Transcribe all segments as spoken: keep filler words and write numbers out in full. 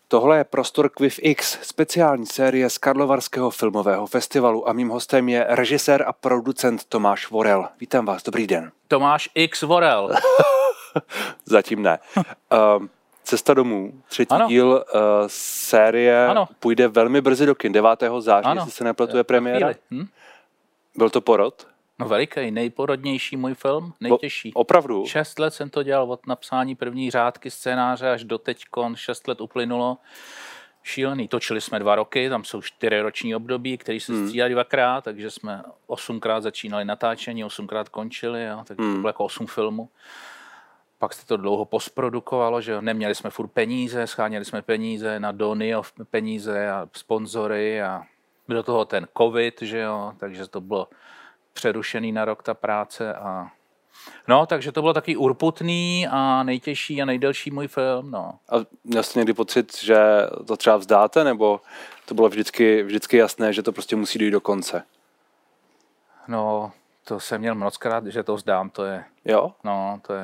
Tohle je Prostor Quiv X, speciální série z Karlovarského filmového festivalu a mým hostem je režisér a producent Tomáš Vorel. Vítám vás, dobrý den. Tomáš X Vorel. Zatím ne. Uh, Cesta domů, třetí ano. díl uh, série ano. půjde velmi brzy do kin, devátého září, ano. jestli se nepletu, je premiéra. Hm? Byl to porod? No veliký, nejporodnější můj film, nejtěžší. O, opravdu? Šest let jsem to dělal od napsání první řádky scénáře až do teďkon, šest let uplynulo. Šílený. Točili jsme dva roky, tam jsou čtyři roční období, které se střídali dvakrát, takže jsme osmkrát začínali natáčení, osmkrát končili, jo, takže hmm. to bylo jako osm filmů. Pak se to dlouho postprodukovalo, že neměli jsme furt peníze, scháněli jsme peníze na dony, peníze a sponzory a do toho ten covid, že jo, takže to bylo přerušený na rok ta práce a no, takže to bylo taky urputný a nejtěžší a nejdelší můj film, no. A měl jsi někdy pocit, že to třeba vzdáte, nebo to bylo vždycky, vždycky jasné, že to prostě musí dojít do konce? No, to jsem měl mnockrát, že to vzdám, to je, jo? No, to je,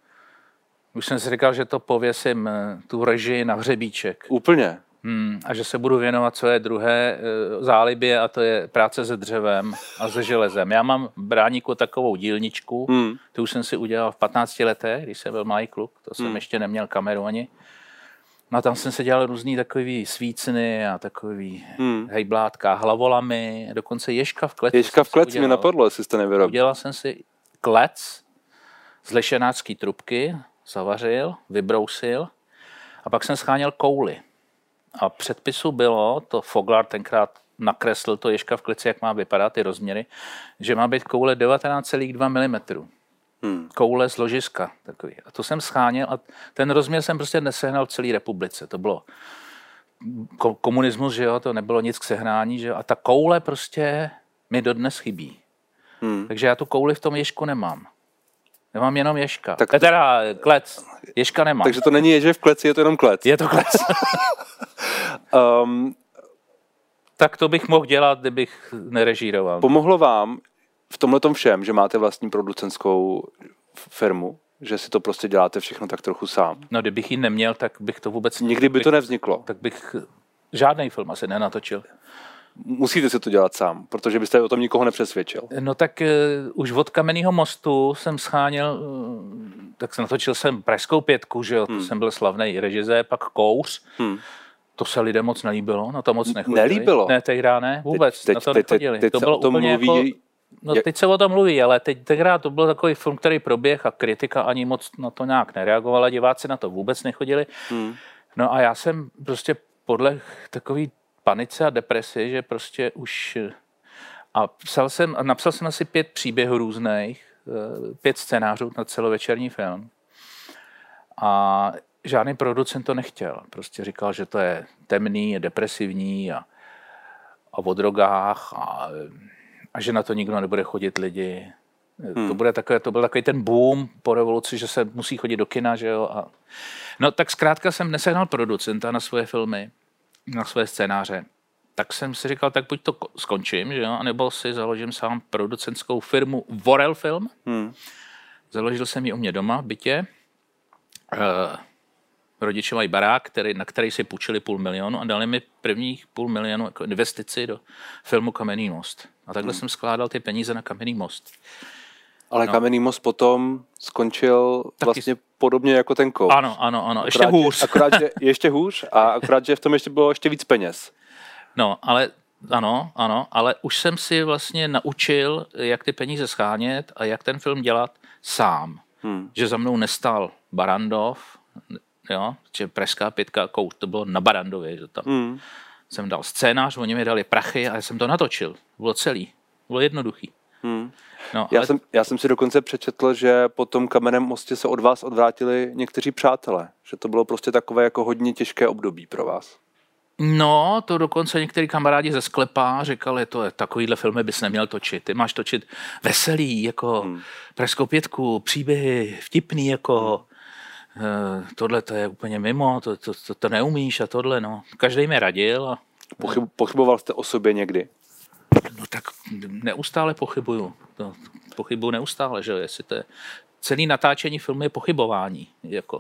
už jsem si říkal, že to pověsím tu režii na hřebíček. Úplně? Hmm, a že se budu věnovat své druhé e, zálibě a to je práce se dřevem a se železem. Já mám v Bráníku takovou dílničku, hmm. tu už jsem si udělal v patnácti letech, když jsem byl malý kluk, to jsem hmm. ještě neměl kameru ani. No a tam jsem se dělal různý takový svícny a takový hmm. hejblátka, hlavolamy, dokonce ježka v kleci. Ježka v kleci mi napadlo, jestli jste nevyrobil. Udělal jsem si klec z lešenácký trubky, zavařil, vybrousil a pak jsem scháněl kouly. A předpisu bylo, to Foglar tenkrát nakreslil to ježka v kleci, jak má vypadat, ty rozměry, že má být koule devatenáct celá dva milimetru. Hmm. Koule z ložiska takový. A to jsem scháněl a ten rozměr jsem prostě nesehnal v celé republice. To bylo komunismus, že jo, to nebylo nic k sehnání, že jo. A ta koule prostě mi dodnes chybí. Hmm. Takže já tu kouli v tom ježku nemám. Nemám jenom ježka. Tak to... Teda klec. Ježka nemám. Takže to není ježe v kleci, je to jenom klec. Je to klec. um, tak to bych mohl dělat, kdybych nerežíroval. Pomohlo vám v tomhletom všem, že máte vlastní producentskou firmu, že si to prostě děláte všechno tak trochu sám? No, kdybych ji neměl, tak bych to vůbec... Nikdy by bych, to nevzniklo. Tak bych žádný film asi nenatočil. Musíte si to dělat sám, protože byste o tom nikoho nepřesvědčil. No tak uh, už od Kamenného mostu jsem scháněl, uh, tak jsem natočil jsem Pražskou pětku, že jo, hmm. to jsem byl slavný režisér, pak Kouř. Hmm. To se lidem moc nelíbilo, na to moc nechodili. Nelíbilo? Ne, tehdy ne, vůbec, teď, na to teď, nechodili. Teď, teď to bylo se o tom úplně mluví... Jako, no teď se o tom mluví, ale teď tehdy to byl takový film, který proběh a kritika ani moc na to nějak nereagovala, diváci na to vůbec nechodili. Hmm. No a já jsem prostě podle takový panice a depresi, že prostě už... A psal jsem, napsal jsem asi pět příběhů různých, pět scénářů na celovečerní film. A žádný producent to nechtěl. Prostě říkal, že to je temný, je depresivní a, a o drogách a, a že na to nikdo nebude chodit lidi. Hmm. To, bude takové, to byl takový ten boom po revoluci, že se musí chodit do kina, že jo. A, no tak zkrátka jsem nesehnal producenta na svoje filmy, na své scénáře. Tak jsem si říkal, tak buď to skončím, že jo, anebo si založím sám producentskou firmu Vorel Film. Hmm. Založil jsem ji u mě doma v bytě. Uh, rodiče mají barák, který, na který si půjčili půl milionu a dali mi prvních půl milionu jako investici do filmu Kamenný most. A takhle hmm. jsem skládal ty peníze na Kamenný most. Ale no. Kamenný most potom skončil Taky... vlastně podobně jako ten Kouř. Ano, ano, ano, ještě akorát, hůř. Že, akorát, že ještě hůř a akorát, že v tom ještě bylo ještě víc peněz. No, ale ano, ano, ale už jsem si vlastně naučil, jak ty peníze schánět a jak ten film dělat sám. Hmm. Že za mnou nestál Barandov, jo, že Pražská pětka, Kouř, to bylo na Barandově, že tam hmm. jsem dal scénář, oni mi dali prachy a já jsem to natočil. Bylo celý, bylo jednoduchý. Hmm. No, já, ale... jsem, já jsem si dokonce přečetl, že po tom Kamenném mostě se od vás odvrátili někteří přátelé, že to bylo prostě takové jako hodně těžké období pro vás. No, to dokonce některý kamarádi ze sklepa říkali, to je takovýhle filmy bys neměl točit. Ty máš točit veselý, jako hmm. Pražskou pětku, příběhy, vtipný, jako hmm. uh, tohle to je úplně mimo, to, to, to, to neumíš a tohle, no. Každý mi radil. A, Pochyb, pochyboval jste o sobě někdy? No tak neustále pochybuju. To, pochybuju neustále, že jestli to je... Celý natáčení filmu je pochybování, jako...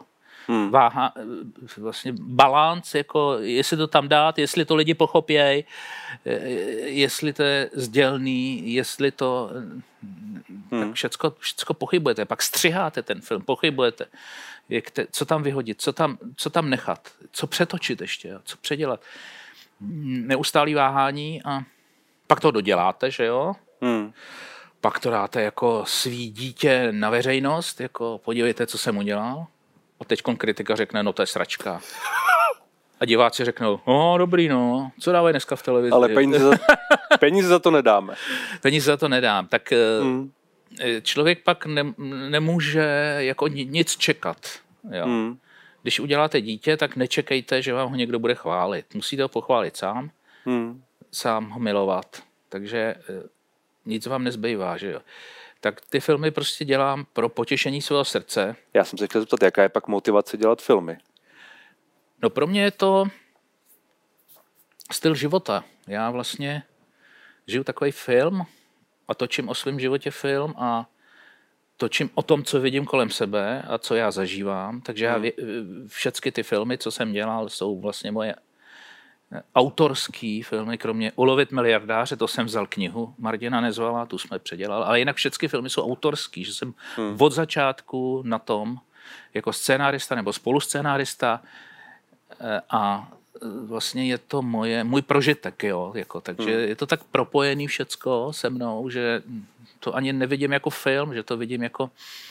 Hmm. Váha, vlastně balans, jako jestli to tam dát, jestli to lidi pochopějí, jestli to je sdělný, jestli to... Hmm. Tak všecko, všecko pochybujete, pak střiháte ten film, pochybujete, jak te, co tam vyhodit, co tam, co tam nechat, co přetočit ještě, jo, co předělat. Neustálý váhání a pak to doděláte, že jo? Hmm. Pak to dáte jako svý dítě na veřejnost, jako podívejte, co jsem udělal. A teď kritika řekne, no to je sračka. A diváci řeknou, no dobrý, no, co dávají dneska v televizi? Ale peníze za, peníze za to nedáme. Peníze za to nedám. Tak hmm. člověk pak ne, nemůže jako nic čekat. Jo. Hmm. Když uděláte dítě, tak nečekejte, že vám ho někdo bude chválit. Musíte ho pochválit sám, hmm. sám ho milovat. Takže nic vám nezbývá, že jo. Tak ty filmy prostě dělám pro potěšení svého srdce. Já jsem se chtěl zeptat, jaká je pak motivace dělat filmy? No pro mě je to styl života. Já vlastně žiju takový film a točím o svém životě film a točím o tom, co vidím kolem sebe a co já zažívám. Takže hmm. já všechny ty filmy, co jsem dělal, jsou vlastně moje autorský filmy, kromě Ulovit miliardáře, to jsem vzal knihu Martina Nezvala, tu jsme předělal, ale jinak všechny filmy jsou autorský, že jsem hmm. od začátku na tom jako scénárista nebo spoluscénárista a vlastně je to moje, můj prožitek, jo, jako, takže hmm. je to tak propojený všecko se mnou, že to ani nevidím jako film, že to vidím jako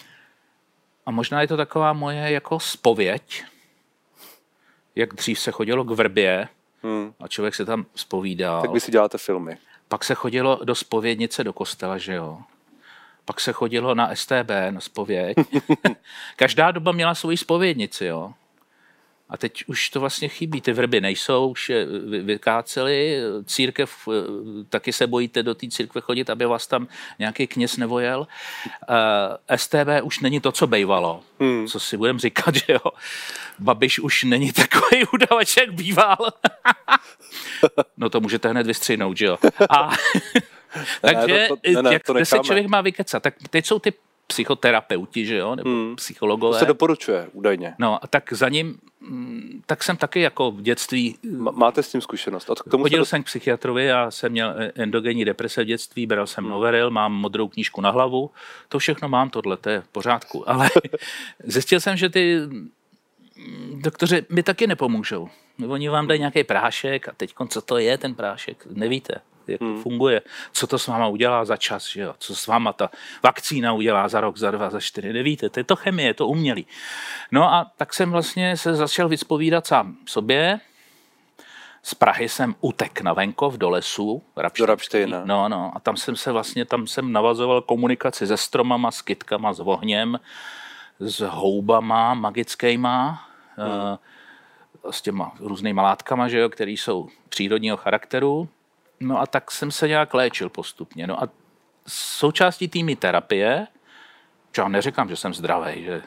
a možná je to taková moje jako zpověď, jak dřív se chodilo k vrbě, Hmm. a člověk se tam zpovídal. Tak vy si děláte filmy. Pak se chodilo do zpovědnice do kostela, že jo. Pak se chodilo na S T B, na zpověď. Každá doba měla svoji zpovědnici, jo. A teď už to vlastně chybí. Ty vrby nejsou, už je vykáceli. Církev, taky se bojíte do té církve chodit, aby vás tam nějaký kněz nevojel. Uh, S T B už není to, co bejvalo. Hmm. Co si budem říkat, že jo. Babiš už není takový udavač, jak býval. No to můžete hned vystřihnout, že jo. A, takže ne, to, to, ne, jak to se člověk má vykecat, tak teď jsou ty psychoterapeuti, že jo, nebo hmm. psychologové. To se doporučuje, údajně. No a tak za ním, tak jsem taky jako v dětství... Máte s tím zkušenost? Od k tomu chodil se... jsem k psychiatrovi, já jsem měl endogenní deprese v dětství, bral jsem hmm. Noveril, mám modrou knížku na hlavu, to všechno mám, tohle, to je v pořádku, ale zjistil jsem, že ty doktoři mi taky nepomůžou. Oni vám dají nějaký prášek a teď co to je ten prášek, nevíte. Jak to hmm. funguje, co to s váma udělá za čas, že jo? Co s váma ta vakcína udělá za rok, za dva, za čtyři, nevíte, to je to chemie, je to umělý. No a tak jsem vlastně se začal vyspovídat sám sobě. Z Prahy jsem utek na venkov do lesu. Do Rabštejna. No, no, a tam jsem se vlastně, tam jsem navazoval komunikaci se stromama, s kytkama, s ohněm, s houbama magickýma, hmm. s těma různýma látkama, že jo, které jsou přírodního charakteru. No a tak jsem se nějak léčil postupně. No a součástí týmy terapie, čo já neříkám, že jsem zdravý, že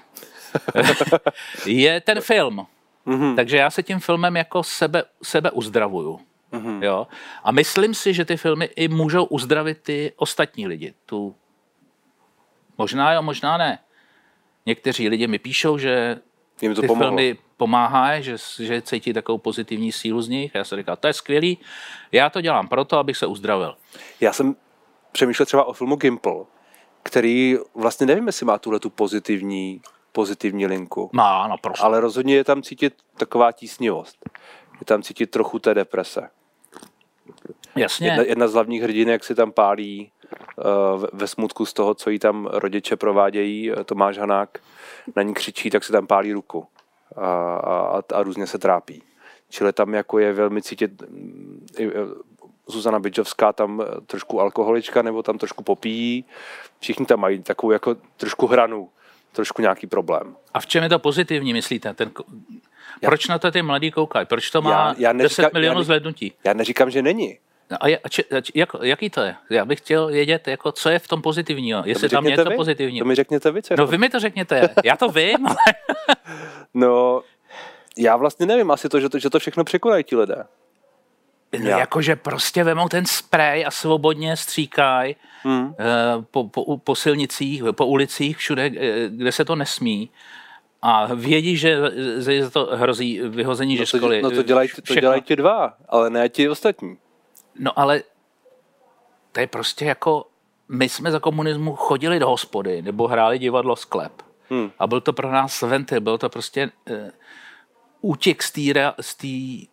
je ten film. Mm-hmm. Takže já se tím filmem jako sebe, sebe uzdravuju. Mm-hmm. Jo? A myslím si, že ty filmy i můžou uzdravit ty ostatní lidi. Tu... Možná jo, možná ne. Někteří lidi mi píšou, že jim to ty pomohlo. Filmy pomáhají, že, že cítí takovou pozitivní sílu z nich. Já se říkám, to je skvělý, já to dělám proto, abych se uzdravil. Já jsem přemýšlel třeba o filmu Gimple, který vlastně nevím, jestli má tuhle tu pozitivní, pozitivní linku. Má, naprosto. Ale rozhodně je tam cítit taková tísnivost. Je tam cítit trochu té deprese. Jasně. Jedna, jedna z hlavních hrdinek si tam pálí uh, ve smutku z toho, co jí tam rodiče provádějí. Tomáš Hanák na ní křičí, tak si tam pálí ruku. A, a, a různě se trápí. Čili tam jako je velmi cítit, Zuzana Bidžovská tam trošku alkoholička, nebo tam trošku popíjí. Všichni tam mají takovou jako trošku hranu, trošku nějaký problém. A v čem je to pozitivní, myslíte? Ten... Já... Proč na to ty mladí koukají? Proč to má já, já neříkám, deset milionů já ne... zhlédnutí? Já neříkám, že není. No a, je, a či, jak, jaký to je? Já bych chtěl vědět, jako, co je v tom pozitivního. Jestli tam je něco pozitivního. To mi řekněte vy, No vy mi to řekněte. Já to vím, ale... No, já vlastně nevím. Asi to, že to, že to všechno překonají ti lidé. No, jakože prostě vemou ten sprej a svobodně stříkají hmm. po, po, po silnicích, po ulicích, všude, kde se to nesmí. a vědí, že za to hrozí vyhození no ze školy. No to dělají, to dělají ti dva, ale ne ti ostatní. No ale to je prostě jako, my jsme za komunismu chodili do hospody nebo hráli divadlo Sklep. Hmm. A byl to pro nás ventil, byl to prostě uh, útěk z té z té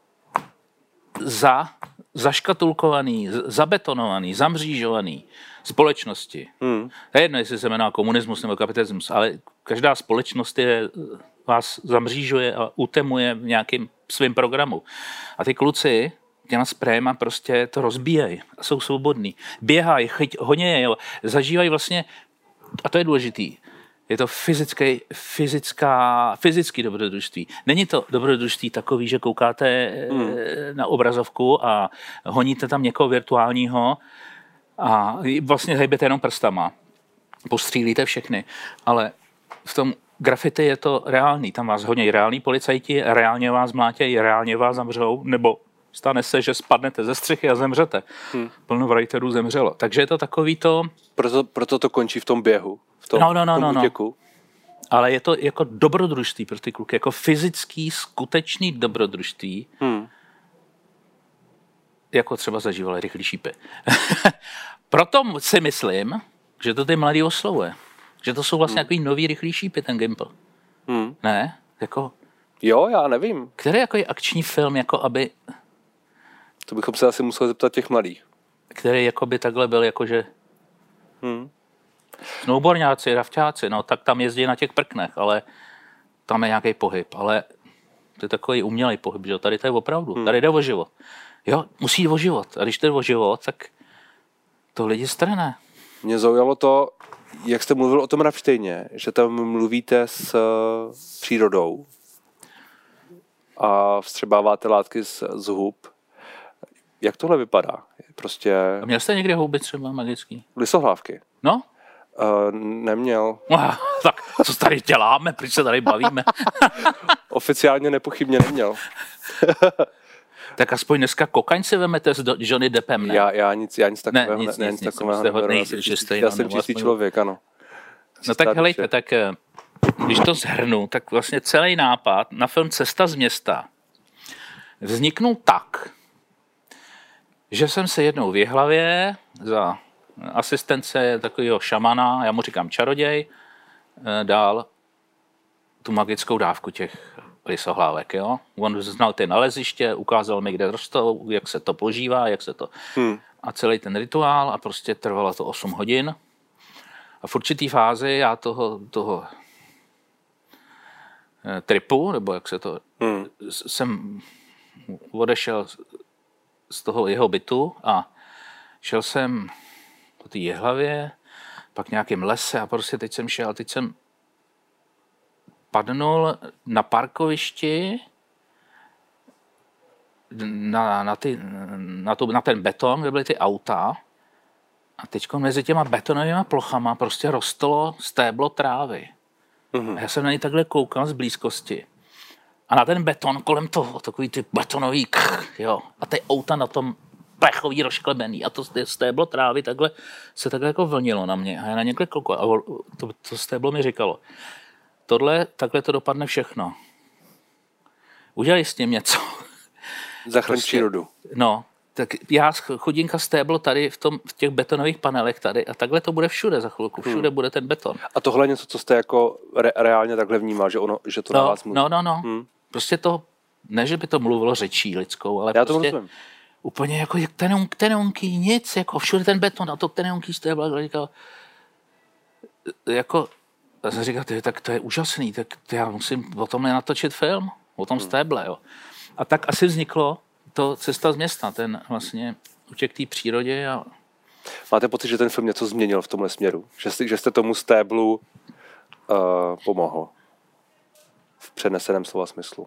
za, zaškatulkovaný, zabetonovaný, zamřížovaný společnosti. Hmm. To je jedno, jestli se jmenuje komunismus nebo kapitalismus, ale každá společnost je, vás zamřížuje a utemuje v nějakém svém programu. A ty kluci těma sprejma prostě to rozbíjají a jsou svobodní. Běhají, honějí, zažívají vlastně, a to je důležitý, je to fyzické, fyzická, fyzické dobrodružství. Není to dobrodružství takový, že koukáte hmm. na obrazovku a honíte tam někoho virtuálního a vlastně hejbete jenom prstama. Postřílíte všechny. Ale v tom graffiti je to reálný. Tam vás honí reální policajti, reálně vás mlátějí, reálně vás zamřou, nebo stane se, že spadnete ze střechy a zemřete. Hmm. Plno writerů zemřelo. Takže je to takový to... Proto, proto to končí v tom běhu. V tom, no, no, no, v tom no, útěku. Ale je to jako dobrodružství pro ty kluky, jako fyzický, skutečný dobrodružství, hmm. jako třeba zažívali rychlý šípy. Proto si myslím, že to ty mladý oslovuje. Že to jsou vlastně hmm. takový nový rychlý šípy, ten Gimple. Hmm. Ne? Jako... Jo, já nevím. Který jako je akční film, jako aby... To bychom se asi museli zeptat těch mladých. Který jako by takhle byl, jakože... Hmm. Snowboardňáci, rafťáci, no tak tam jezdí na těch prknech, ale tam je nějaký pohyb, ale to je takový umělej pohyb, že tady to je opravdu, hmm. tady jde o život. Jo, musí jít o život a když jde o život, tak to lidi strhne. Mě zaujalo to, jak jste mluvil o tom Rammsteině, že tam mluvíte s uh, přírodou a vstřebáváte látky z, z hub. Jak tohle vypadá? Prostě... A měl jste někdy houby třeba magický? Lisohlávky. No? Uh, neměl. Ah, tak co tady děláme? Proč se tady bavíme? Oficiálně nepochybně neměl. Tak aspoň dneska kokaň si vemete s Johnny Deppem, ne? Já, já nic, já nic takového ne, nic, ne, nic, nic nic, takového nic, neberu. nejsi čistý, já jsem čistý člověk, ano. No tak helejte, tak když to shrnu, tak vlastně celý nápad na film Cesta z města vzniknul tak, že jsem se jednou v Jihlavě za asistence takového šamana, já mu říkám čaroděj, dal tu magickou dávku těch lisohlávek. Jo? On znal ty naleziště, ukázal mi, kde rostou, jak se to používá, jak se to... Hmm. A celý ten rituál a prostě trvalo to osm hodin. A v určitý fázi já toho, toho tripu, nebo jak se to... Hmm. jsem odešel z toho jeho bytu a šel jsem po té Jihlavě, pak nějakým lese a prostě teď jsem šel, teď jsem padnul na parkovišti na, na, ty, na, tu, na ten beton, kde byly ty auta a teď mezi těma betonovými plochama prostě rostlo stéblo trávy. Mm-hmm. A já jsem na něj takhle koukal z blízkosti. A na ten beton kolem toho, takový ty betonový kch, jo. A ty auta na tom plechový rozklebený. A to stéblo trávy takhle se takhle jako vlnilo na mě. A já na několik koukal. A to, to stéblo mi říkalo, tohle, takhle to dopadne všechno. Udělej s tím něco. Zachraň prostě, přírodu. No, tak já chudinka stéblo tady v, tom, v těch betonových panelech tady a takhle to bude všude za chvilku. Všude hmm. bude ten beton. A tohle je něco, co jste jako re, reálně takhle vnímal, že, ono, že to no, na vás mluví? No, no, no. Hmm. Prostě to, ne, že by to mluvilo řečí lidskou, ale já prostě to úplně jako tenon, tenonky, nic, jako všude ten beton a to tenonky stéblo. Říkal, jako, já jsem říkal, tak to je úžasný, tak já musím o tomhle natočit film, o tom hmm. stéble, jo. A tak asi vzniklo to Cesta z města, ten vlastně útěk té přírodě. A... Máte pocit, že ten film něco změnil v tomhle směru? Že jste, že jste tomu stéblu uh, pomohl? V přeneseném slova smyslu.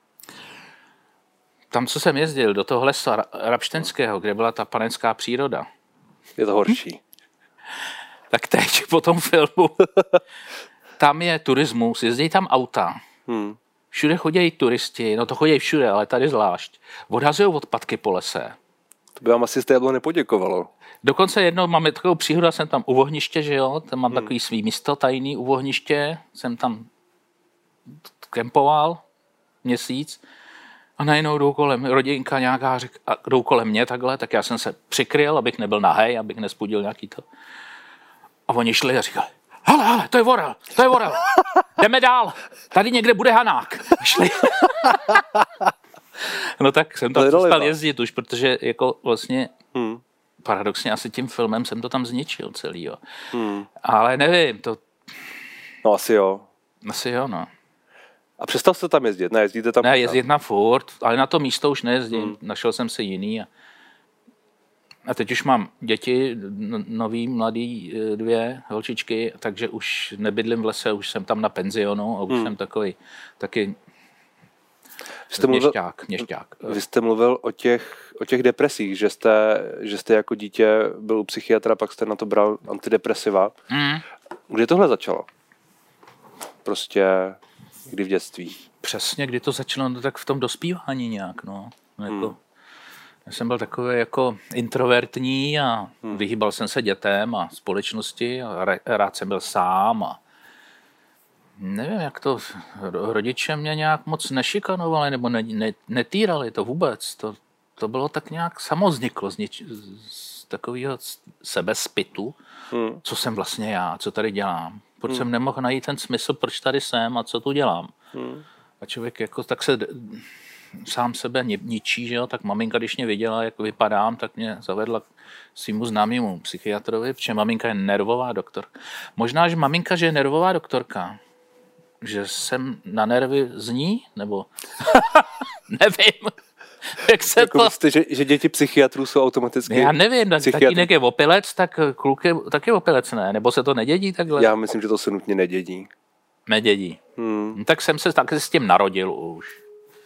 Tam, co jsem jezdil, do toho lesa Rammsteinského, kde byla ta panenská příroda. Je to horší. Tak teď po tom filmu, tam je turismus, jezdí tam auta. Hmm. Všude chodí turisti, no to chodí všude, ale tady zvlášť. Odhazují odpadky po lese. To by vám asi stéblo nepoděkovalo. Dokonce jednou máme takovou příhodu, jsem tam u ohniště, že jo, tam mám hmm. takový svý místo tajný u ohniště, jsem tam kempoval měsíc a najednou jdou kolem rodinka nějaká řek, a jdou kolem mě takhle, tak já jsem se přikryl, abych nebyl nahej, abych nespudil nějaký to. A oni šli a říkali, hele, hele, to je Vorel, to je Vorel, jdeme dál, tady někde bude Hanák. Šli. No tak jsem tam přestal jezdit už, protože jako vlastně hmm. paradoxně asi tím filmem jsem to tam zničil celý, jo. Hmm. Ale nevím, to... No asi jo. Asi jo, no. A přestal jste tam jezdit? Ne, jezdíte tam? Ne, jezdit na furt, ale na to místo už nejezdím. Hmm. Našel jsem si jiný. A, a teď už mám děti, nový, mladý, dvě holčičky, takže už nebydlím v lese, už jsem tam na penzionu a už hmm. jsem takový taky jste mluvil, měšťák, měšťák. Vy jste mluvil o těch, o těch depresích, že jste, že jste jako dítě byl u psychiatra, pak jste na to bral antidepresiva. Hmm. Kdy tohle začalo? Prostě kdy v dětství? Přesně, kdy to začalo, no, tak v tom dospívání nějak, no. Jako, hmm. Já jsem byl takový jako introvertní a hmm. vyhýbal jsem se dětem a společnosti a rád jsem byl sám a nevím, jak to, rodiče mě nějak moc nešikanovali nebo ne, ne, netýrali to vůbec, to, to bylo tak nějak samozniklo z, něč, z takového sebezpytu, hmm. co jsem vlastně já, co tady dělám. Proč hmm. jsem nemohl najít ten smysl, proč tady jsem a co tu dělám. Hmm. A člověk jako tak se sám sebe ničí, že jo? Tak maminka, když mě viděla, jak vypadám, tak mě zavedla k svýmu známému psychiatrovi, protože maminka je nervová doktor. Možná, že maminka, že je nervová doktorka, že jsem na nervy z ní, nebo nevím. Jak se jako to... Myslíte, že, že děti psychiatrů jsou automaticky... Já nevím, tak tatínek je opilec, tak kluk je taky opilec, ne? Nebo se to nedědí takhle? Já myslím, že to se nutně nedědí. Nedědí. Hmm. No, tak jsem se taky s tím narodil už.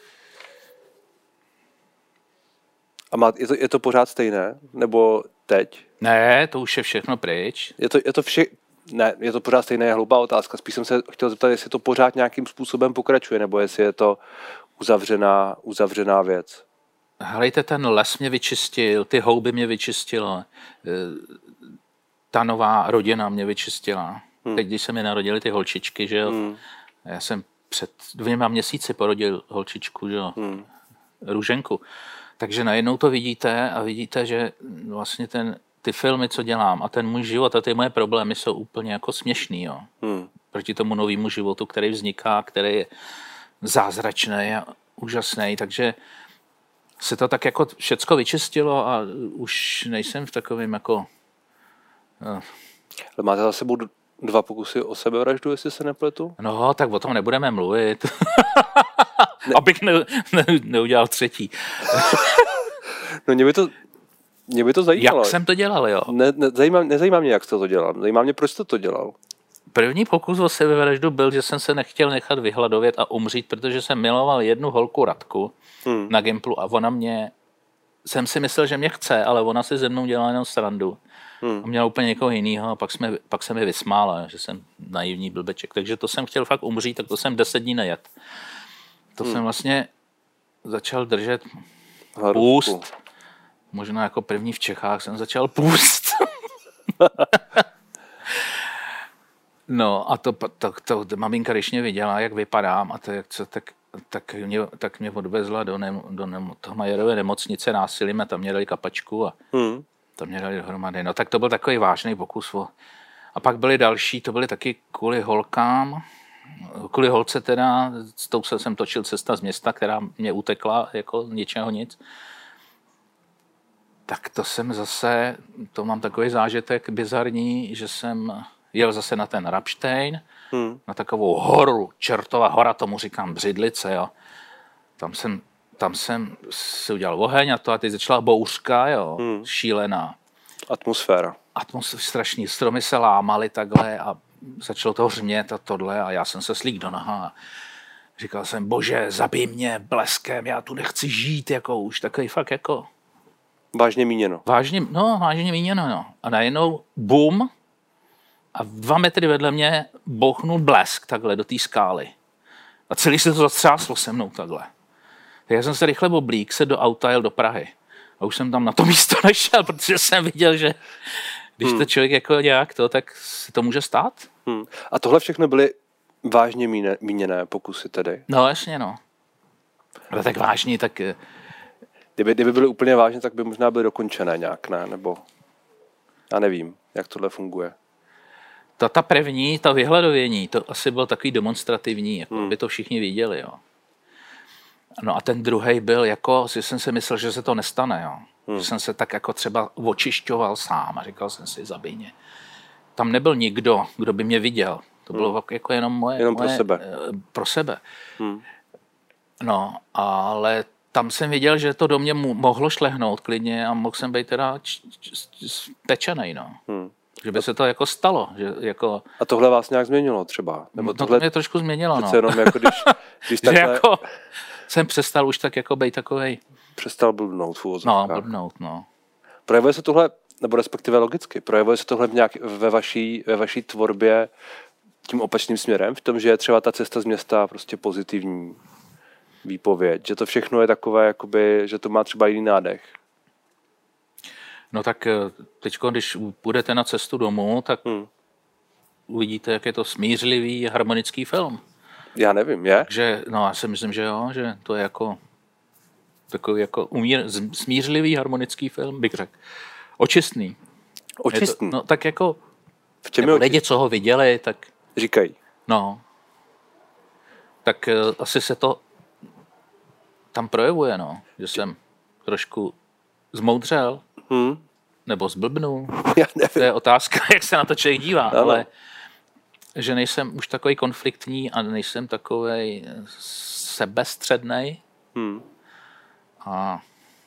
A má, je, to, je to pořád stejné? Nebo teď? Ne, to už je všechno pryč. Je to, je to vše... Ne, je to pořád stejná, je hloupá otázka. Spíš jsem se chtěl zeptat, jestli to pořád nějakým způsobem pokračuje, nebo jestli je to uzavřená, uzavřená věc. Helejte, ten les mě vyčistil, ty houby mě vyčistilo, ta nová rodina mě vyčistila. Hmm. Teď, když se mi narodily ty holčičky, že jo, hmm. já jsem před dvěma měsíci porodil holčičku, že jo, hmm. Růženku. Takže najednou to vidíte a vidíte, že vlastně ten, ty filmy, co dělám a ten můj život a ty moje problémy jsou úplně jako směšný, jo. Hmm. Proti tomu novému životu, který vzniká, který je zázračný a úžasný, takže se to tak jako všecko vyčistilo a už nejsem v takovém jako... No. Ale máte za sebou dva pokusy o sebevraždu, jestli se nepletu? No, tak o tom nebudeme mluvit. Ne. Abych ne, ne, neudělal třetí. No mě by to, mě by to zajímalo. Jak jsem to dělal, jo? Ne, ne, zajímá, nezajímá mě, jak jste to dělal. Zajímá mě, proč jste to dělal. První pokus o sebevraždu byl, že jsem se nechtěl nechat vyhladovět a umřít, protože jsem miloval jednu holku Radku hmm. na Gimplu a ona mě, jsem si myslel, že mě chce, ale ona si ze mnou dělala jenom srandu. Hmm. A měla úplně někoho jinýho a pak, jsme, pak se mi vysmála, že jsem naivní blbeček. Takže to jsem chtěl fakt umřít, tak to jsem deset dní nejet. To hmm. jsem vlastně začal držet půst. Možná jako první v Čechách jsem začal půst. No a to, to, to, to maminka, když mě viděla, jak vypadám, a to, jak co, tak, tak, mě, tak mě odvezla do, ne, do ne, Majerové nemocnice násilím a tam mě dali kapačku a hmm. tam mě dali dohromady. No tak to byl takový vážný pokus. A pak byly další, to byly taky kvůli holkám, kvůli holce teda, s tou jsem točil Cesta z města, která mě utekla jako ničeho nic. Tak to jsem zase, to mám takový zážitek bizarní, že jsem jel zase na ten Rapštejn, hmm. na takovou horu, čertová hora, tomu říkám Břidlice, jo. Tam jsem, tam jsem si udělal oheň a to a teď začala bouřka, jo, hmm. šílená. Atmosféra. Atmosféra, strašný, stromy se lámaly takhle a začalo to hřmět a tohle a já jsem se slík do noha a říkal jsem, bože, zabij mě bleskem, já tu nechci žít, jako už takový fakt jako... Vážně míněno. Vážně, no, vážně míněno, no. A najednou bum a dva metry vedle mě bouchnul blesk takhle do té skály. A celý se to zatřáslo se mnou takhle. Tak já jsem se rychle oblík, se do auta jel do Prahy. A už jsem tam na to místo nešel, protože jsem viděl, že když hmm. to člověk jako nějak to, tak se to může stát. Hmm. A tohle všechno byly vážně míne, míněné pokusy tedy. No jasně, no. Ale tak vážně, tak... Kdyby, kdyby byly úplně vážně, tak by možná byly dokončené nějak, ne? Nebo já nevím, jak tohle funguje. Ta, ta první, ta vyhladovění, to asi byl takový demonstrativní, jako hmm. by to všichni viděli, jo. No a ten druhej byl jako, si jsem si myslel, že se to nestane, jo. Hmm. Že jsem se tak jako třeba očišťoval sám a říkal jsem si, zabij mě. Tam nebyl nikdo, kdo by mě viděl. To bylo hmm. jako jenom moje... Jenom moje, pro sebe. Pro sebe. Hmm. No, ale tam jsem viděl, že to do mě mohlo šlehnout klidně a mohl jsem být teda č- č- tečenej, no. Hmm. Že by se to jako stalo. Že jako... A tohle vás nějak změnilo třeba? Nebo tohle... No to mě trošku změnilo, no. Jenom jako když, když takhle... že jako jsem přestal už tak jako být takovej... Přestal blbnout v No, uvozovkách. blbnout, no. Projevuje se tohle, nebo respektive logicky, projevuje se tohle v nějak, ve, vaší, ve vaší tvorbě tím opačným směrem, v tom, že je třeba ta cesta z města prostě pozitivní výpověď, že to všechno je takové, jakoby, že to má třeba jiný nádech. No tak teď, když půjdete na cestu domů, tak hmm. uvidíte, jak je to smířlivý, harmonický film. Já nevím, je? Takže, no já si myslím, že jo, že to je jako takový jako umír, smířlivý, harmonický film, bych řekl. Očistný. Očistný? To, no tak jako, v čem nebo lidi, co ho viděli, tak... Říkají. No. Tak uh, asi se to tam projevuje, no. Že jsem trošku zmoudřel. Hmm. Nebo zblbnul. Já nevím. To je otázka, jak se na to člověk dívá, ano. Ale že nejsem už takový konfliktní a nejsem takovej sebestřednej. Hmm. A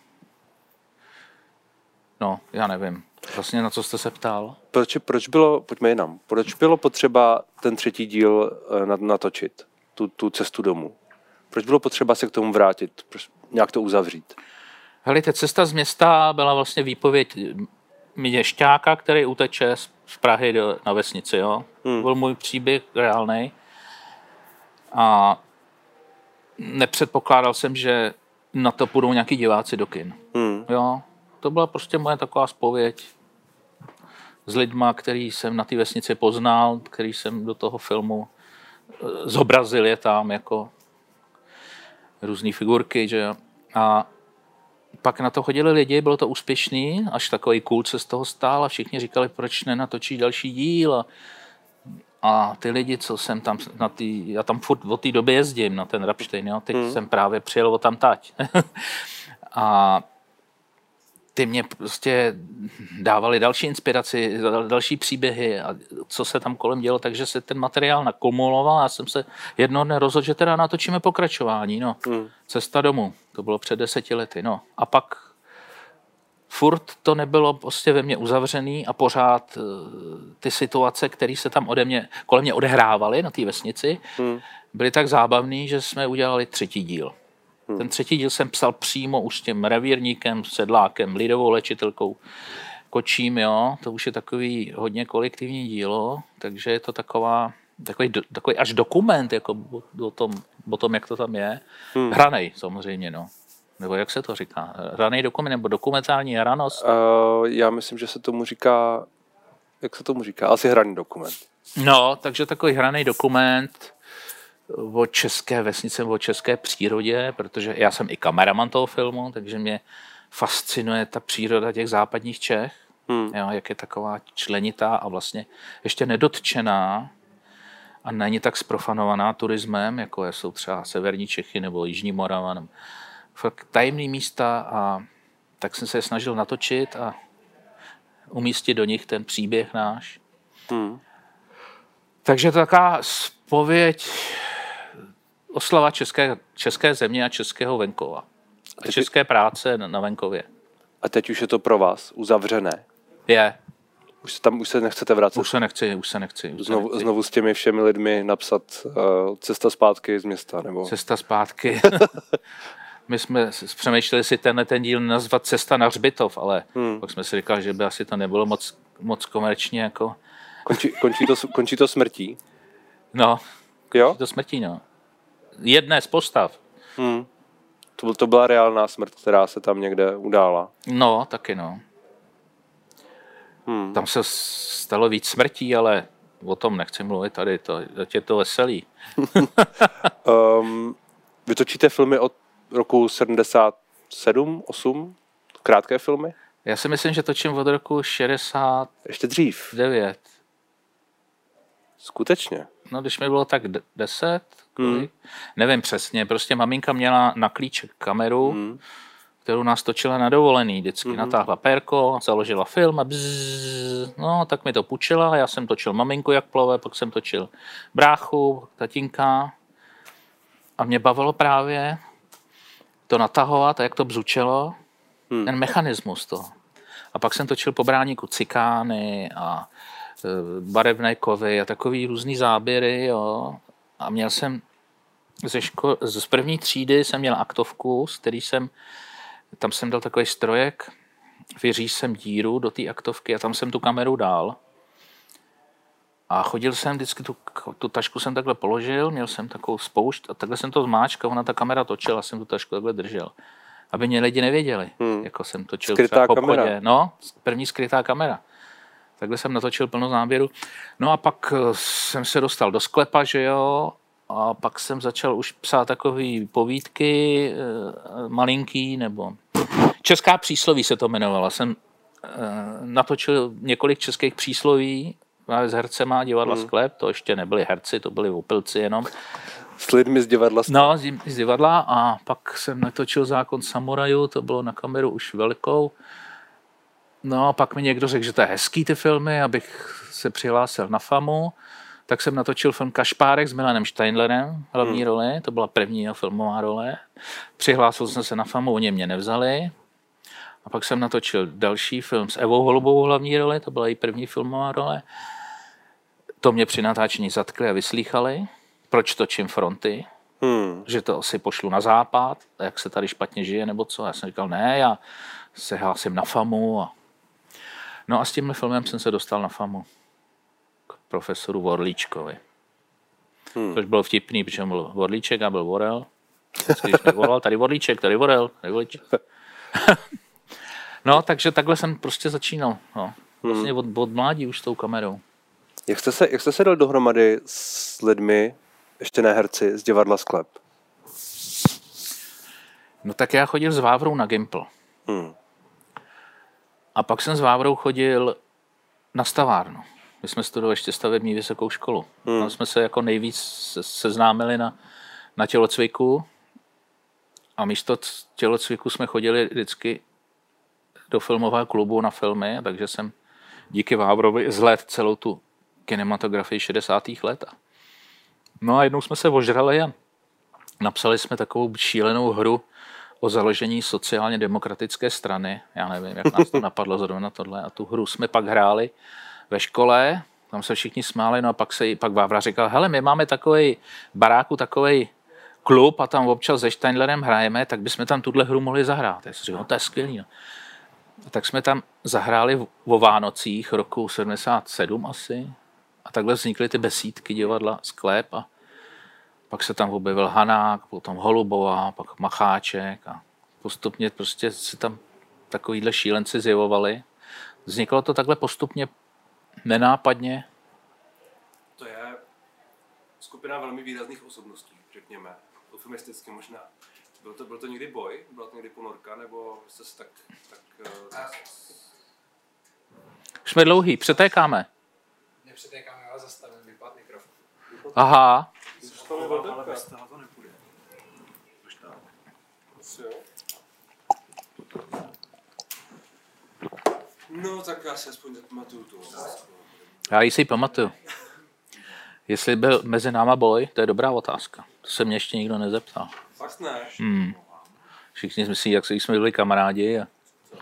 no, já nevím. Vlastně na co jste se ptal? Proč, proč bylo, pojďme jinam, proč bylo potřeba ten třetí díl natočit, tu, tu cestu domů? Proč bylo potřeba se k tomu vrátit, proč nějak to uzavřít? Helejte, cesta z města byla vlastně výpověď měšťáka, který uteče z Prahy do, na vesnici, jo. Hmm. Byl můj příběh reálnej. A nepředpokládal jsem, že na to půjdou nějaký diváci do kin. Hmm. Jo. To byla prostě moje taková zpověď s lidma, který jsem na té vesnici poznal, který jsem do toho filmu zobrazil je tam jako různý figurky, že jo. A pak na to chodili lidi, bylo to úspěšný, až takový kult se z toho stál a všichni říkali, proč nenatočí další díl. A, a ty lidi, co jsem tam, na tý, já tam furt od té doby jezdím na ten Rapštejn, jo, teď hmm. jsem právě přijel o tam tať. A ty mě prostě dávali další inspiraci, další příběhy a co se tam kolem dělo, takže se ten materiál nakumuloval a já jsem se jednoho dne rozhodl, že teda natočíme pokračování, no. Hmm. Cesta domů, to bylo před deseti lety, no. A pak furt to nebylo prostě ve mně uzavřený a pořád ty situace, které se tam ode mě, kolem mě odehrávaly na té vesnici, hmm. byly tak zábavný, že jsme udělali třetí díl. Hmm. Ten třetí díl jsem psal přímo už s tím revírníkem, sedlákem, lidovou léčitelkou, kočím, jo. To už je takový hodně kolektivní dílo, takže je to taková, takový, takový až dokument jako o tom, o tom, jak to tam je. Hmm. Hranej samozřejmě, no. Nebo jak se to říká? Hranej dokument nebo dokumentární hranost? Uh, já myslím, že se tomu říká, jak se tomu říká? Asi hraný dokument. No, takže takový hraný dokument o české vesnice, o české přírodě, protože já jsem i kameraman toho filmu, takže mě fascinuje ta příroda těch západních Čech, hmm. jo, jak je taková členitá a vlastně ještě nedotčená a není tak zprofanovaná turismem, jako jsou třeba severní Čechy nebo jižní Morava, nebo fakt tajemný místa, a tak jsem se je snažil natočit a umístit do nich ten příběh náš. Hmm. Takže taková zpověď, oslava české, české země a českého venkova. A teď, české práce na, na venkově. A teď už je to pro vás uzavřené? Je. Už se tam už se nechcete vracet? Už se nechci, už se nechci. Už znovu, se nechci. znovu s těmi všemi lidmi napsat uh, cesta zpátky z města? Nebo? Cesta zpátky. My jsme přemýšleli si tenhle ten díl nazvat Cesta na hřbitov, ale hmm. pak jsme si říkali, že by asi to nebylo moc, moc komerčně jako... Končí, končí, to, končí to smrtí? No, jo? Končí to smrtí, no. Jedné z postav. Hmm. To, to byla reálná smrt, která se tam někde udála. No, taky no. Hmm. Tam se stalo víc smrtí, ale o tom nechci mluvit tady, to, je to veselý. um, vy točíte filmy od roku sedmdesát sedm, osm? Krátké filmy? Já si myslím, že točím od roku šedesát devět. Ještě dřív? Skutečně? No, když mi bylo tak deset, hmm. nevím přesně, prostě maminka měla na klíček kameru, hmm. kterou nás točila na dovolený, vždycky hmm. natáhla pérko, založila film a bzzz, no, tak mi to půjčila, já jsem točil maminku, jak plove, pak jsem točil bráchu, tatínka a mě bavilo právě to natahovat a jak to bzučelo, hmm. ten mechanismus toho. A pak jsem točil po Bráníku cikány a barevné kovy a takový různý záběry, jo. A měl jsem ze ško- z první třídy jsem měl aktovku, z který jsem, tam jsem dal takový strojek, vyříz jsem díru do té aktovky a tam jsem tu kameru dal. A chodil jsem vždycky, tu, tu tašku jsem takhle položil, měl jsem takovou spoušť a takhle jsem to zmáčkal, ona ta kamera točila, jsem tu tašku takhle držel. Aby mě lidi nevěděli, hmm. jako jsem točil skrytá třeba kamera. po obchodě. No, první skrytá kamera. Takhle jsem natočil plno záběru. No a pak jsem se dostal do sklepa, že jo, a pak jsem začal už psát takové povídky malinký, nebo Česká přísloví se to jmenovalo. Jsem natočil několik českých přísloví s hercema divadla hmm. Sklep, to ještě nebyli herci, to byli opilci jenom. S lidmi z divadla Sklep. No, z divadla a pak jsem natočil Zákon samurajů, to bylo na kameru už velikou. No a pak mi někdo řekl, že to je hezký ty filmy, abych se přihlásil na FAMu. Tak jsem natočil film Kašpárek s Milanem Steindlerem, hlavní hmm. roli, to byla první filmová role. Přihlásil jsem se na FAMu, oni mě nevzali. A pak jsem natočil další film s Evou Holubovou hlavní roli, to byla její první filmová role. To mě při natáčení zatkli a vyslýchali. Proč točím Fronty? Hmm. Že to asi pošlu na západ, jak se tady špatně žije nebo co. Já jsem říkal, ne, já se hlásím na FAMu. A... No a s tímhle filmem jsem se dostal na FAMu. K profesoru Vorlíčkovi. Hmm. Což bylo vtipný, protože byl Vorlíček a byl Vorel. Když mě volal, tady Vorlíček, tady Vorel, tady Vorlíček. No, takže takhle jsem prostě začínal. No. Vlastně od, od mládí už s tou kamerou. Jak jste se, jak jste se dal dohromady s lidmi, ještě ne herci, z divadla Sklep? No tak já chodil s Vávrou na Gimpl. Hmm. A pak jsem s Vávrou chodil na stavárnu. My jsme studovali ještě stavební vysokou školu. Hmm. Tam jsme se jako nejvíc seznámili na, na tělocviku. A místo tělocviku jsme chodili vždycky do filmového klubu na filmy, takže jsem díky Vávrovi zhlédl celou tu kinematografii šedesátých let. No a jednou jsme se ožrali a napsali jsme takovou šílenou hru o založení sociálně demokratické strany. Já nevím, jak nás to napadlo zrovna tohle. A tu hru jsme pak hráli ve škole, tam se všichni smáli, no a pak, se, pak Vávra říkal, hele, my máme takovej baráku, takovej klub a tam občas se Steindlerem hrajeme, tak bychom tam tuhle hru mohli zahrát. Já si říkal, no to je skvělý. No. A tak jsme tam zahráli o Vánocích roku sedmdesát sedm asi a takhle vznikly ty besídky divadla Sklep a pak se tam objevil Hanák, potom Holubová, pak Macháček a postupně prostě se tam takovýhle šílenci zjevovali. Vzniklo to takhle postupně nenápadně. To je skupina velmi výrazných osobností, řekněme, eufemisticky možná. Byl to, byl to někdy boj? Byla to někdy ponorka? Nebo jste se tak... tak uh... Už jsme dlouhý, přetékáme. Nepřetékáme, ale zastavíme, vypad mikrofon. Aha. Ale bez toho to nepůjde. Už tak. Asi jo. No, tak já si aspoň zapamatuju tu otázku. Já ji si pamatuju. Jestli byl mezi náma boj, to je dobrá otázka. To se mě ještě nikdo nezeptal. Fakt ne. Hmm. Všichni myslí, jak jsme byli kamarádi. A...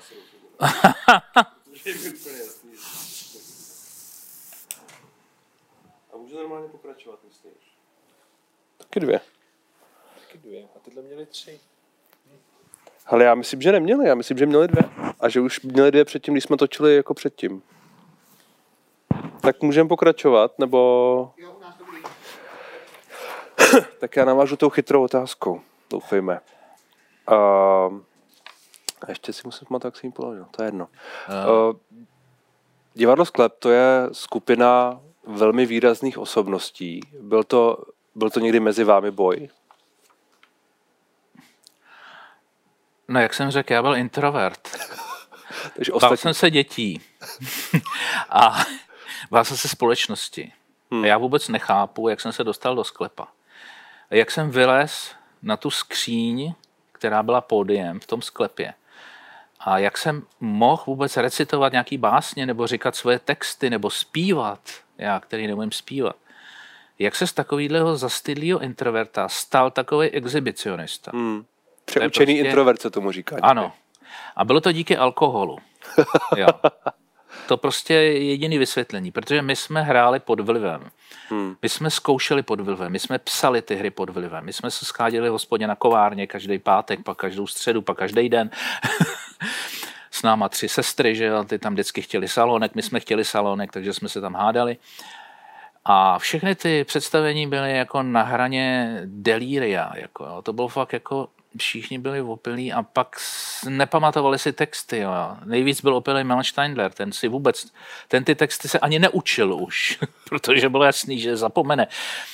a může normálně pokračovat, myslíš? Taky dvě. Taky dvě. A tyhle měli tři. Ale já myslím, že neměli. Já myslím, že měli dvě. A že už měli dvě předtím, když jsme točili jako předtím. Tak můžeme pokračovat, nebo... Jo, u nás to bude. Tak já navážu tou chytrou otázkou. Doufejme. Uh, a ještě si musím pamatovat, jak jsem ji položil. To je jedno. Uh. Uh, divadlo Sklep, to je skupina velmi výrazných osobností. Byl to, byl to někdy mezi vámi boj? No, jak jsem řekl, já byl introvert. Takže Bál ostatní... jsem se dětí. A bál jsem se společnosti. Hmm. A já vůbec nechápu, jak jsem se dostal do sklepa. A jak jsem vylez na tu skříň, která byla pódiem v tom sklepě. A jak jsem mohl vůbec recitovat nějaký básně, nebo říkat svoje texty, nebo zpívat, já, který neumím zpívat. Jak se z takovýhleho zastydlýho introverta stal takový exhibicionista. Hmm. Přeučený prostě... introvert se tomu říká. Ano. A bylo to díky alkoholu. Jo. To prostě je jediný vysvětlení, protože my jsme hráli pod vlivem. Hmm. My jsme zkoušeli pod vlivem, my jsme psali ty hry pod vlivem, my jsme se scháděli v hospodě na kovárně každý pátek, pak každou středu, pak každý den. S náma tři sestry, že jo, ty tam vždycky chtěli salonek, my jsme chtěli salonek, takže jsme se tam hádali. A všechny ty představení byly jako na hraně delíria, jako, jo. To bylo fakt jako, všichni byli opilí a pak nepamatovali si texty. Jo. Nejvíc byl opilý Milan Steindler, ten si vůbec, ten ty texty se ani neučil už, protože bylo jasný, že zapomene.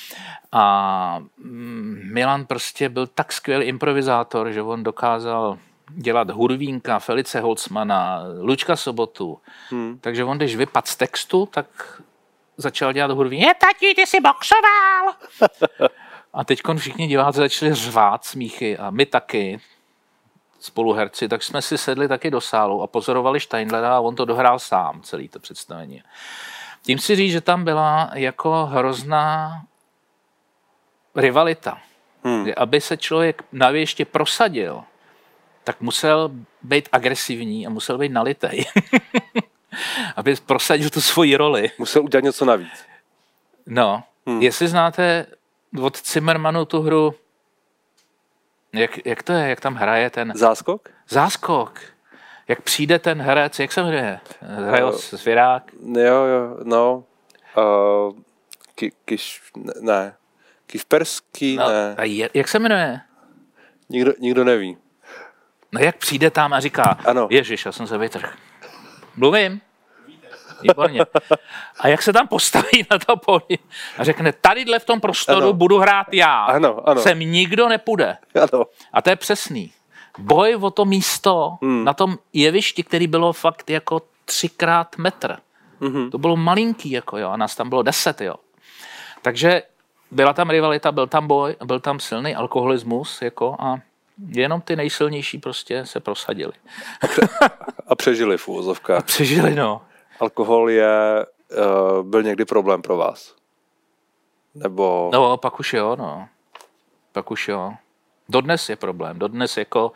A Milan prostě byl tak skvělý improvizátor, že on dokázal dělat Hurvínka, Felice Holcmana, Lučka Sobotu. Hmm. Takže on, když vypadl z textu, tak začal dělat Hurvín. Je, tati, ty jsi boxoval! A teď všichni diváci začali řvát smíchy a my taky, spoluherci, tak jsme si sedli taky do sálu a pozorovali Steindlera a on to dohrál sám, celý to představení. Tím si říct, že tam byla jako hrozná rivalita. Hmm. Aby se člověk na věště prosadil, tak musel být agresivní a musel být nalitej. Aby prosadil tu svoji roli. Musel udělat něco navíc. No, hmm. Jestli znáte od Zimmermanu tu hru, jak, jak to je, jak tam hraje ten... Záskok? Záskok. Jak přijde ten herec, jak se jmenuje? Hrajel uh, Svěrák? Jo, jo, no. Uh, ki, kiš, ne. Kišperský, no, ne. A je, jak se jmenuje? Nikdo, nikdo neví. No jak přijde tam a říká, ano. Ježiš, já jsem se vytrhl. Mluvím. Výborně. A jak se tam postaví na to pódium a řekne, tadyhle v tom prostoru ano. budu hrát já. Ano, ano. Sem nikdo nepůjde. Ano. A to je přesný. Boj o to místo hmm. na tom jevišti, který bylo fakt jako třikrát metr. Hmm. To bylo malinký, jako jo, a nás tam bylo deset, jo. Takže byla tam rivalita, byl tam boj, byl tam silný alkoholismus, jako a jenom ty nejsilnější prostě se prosadili. A, pře- a přežili v uvozovkách. A přežili, no. Alkohol je, uh, byl někdy problém pro vás? Nebo... No, pak už jo, no. Pak už jo. Dodnes je problém. Dodnes jako...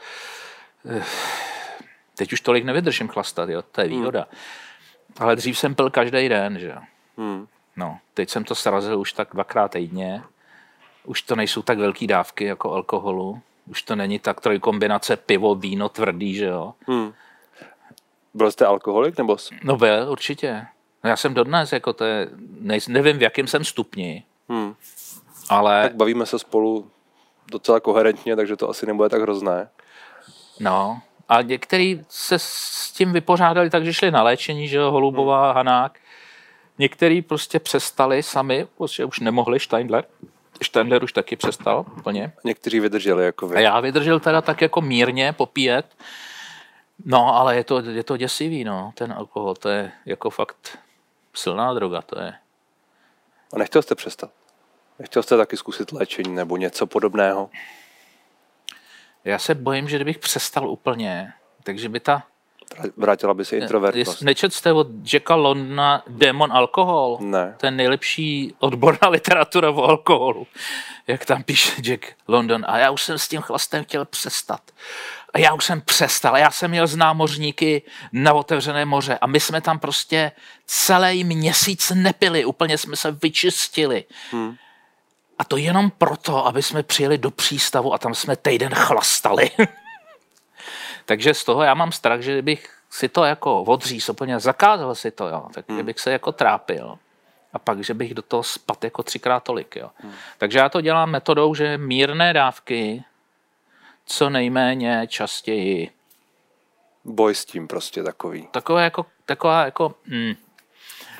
Teď už tolik nevydržím chlastat, jo. To je výhoda. Hmm. Ale dřív jsem pil každý den, že jo. Hmm. No, teď jsem to srazil už tak dvakrát týdně. Už to nejsou tak velký dávky jako alkoholu. Už to není tak trojkombinace pivo, víno, tvrdý, že jo. Hmm. Byl jste alkoholik, nebo? No byl, určitě. No já jsem dodnes, jako to je, ne, nevím, v jakém jsem stupni, hmm. ale... Tak bavíme se spolu docela koherentně, takže to asi nebude tak hrozné. No, a některý se s tím vypořádali tak, že šli na léčení, že jo, Holubová, hmm. Hanák. Některý prostě přestali sami, protože už nemohli, Steindler. Steindler už taky přestal úplně. Někteří vydrželi, jako vy. A já vydržel teda tak jako mírně popíjet. No, ale je to, je to děsivý, no, ten alkohol, to je jako fakt silná droga, to je. A nechtěl jste přestat? Nechtěl jste taky zkusit léčení nebo něco podobného? Já se bojím, že kdybych přestal úplně, takže by ta... Vrátila by se introvertnost. Nečet jste od Jacka Londona Démon alkohol? Ne. To je nejlepší odborná literatura o alkoholu. Jak tam píše Jack London. A já už jsem s tím chlastem chtěl přestat. A já už jsem přestal. Já jsem měl z námořníky na otevřené moře a my jsme tam prostě celý měsíc nepili. Úplně jsme se vyčistili. Hmm. A to jenom proto, aby jsme přijeli do přístavu a tam jsme týden chlastali. Takže z toho já mám strach, že kdybych si to jako odříz, úplně zakázal si to, jo, tak hmm. bych se jako trápil. A pak, že bych do toho spadl jako třikrát tolik. Jo. Hmm. Takže já to dělám metodou, že mírné dávky, co nejméně častěji. Boj s tím prostě takový. Takové jako, taková jako, mm,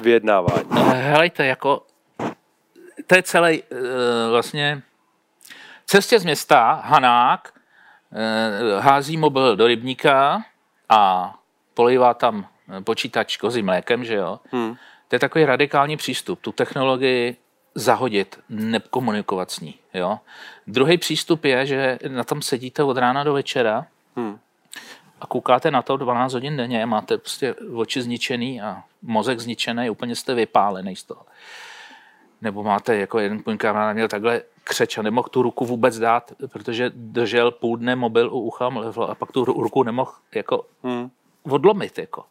vyjednávání. Helejte, jako to je celý uh, vlastně cestě z města Hanák uh, hází mobil do rybníka a polívá tam počítač kozím mlékem, že jo. Hmm. To je takový radikální přístup, tu technologii zahodit, nekomunikovat s ní, jo. Druhý přístup je, že na tom sedíte od rána do večera hmm. a koukáte na to dvanáct hodin denně, máte prostě oči zničený a mozek zničený, úplně jste vypálený z toho. Nebo máte, jako jeden můj kamarád měl takhle křeč a nemohl tu ruku vůbec dát, protože držel půl dne mobil u ucha a pak tu ruku nemohl jako hmm. odlomit, jako.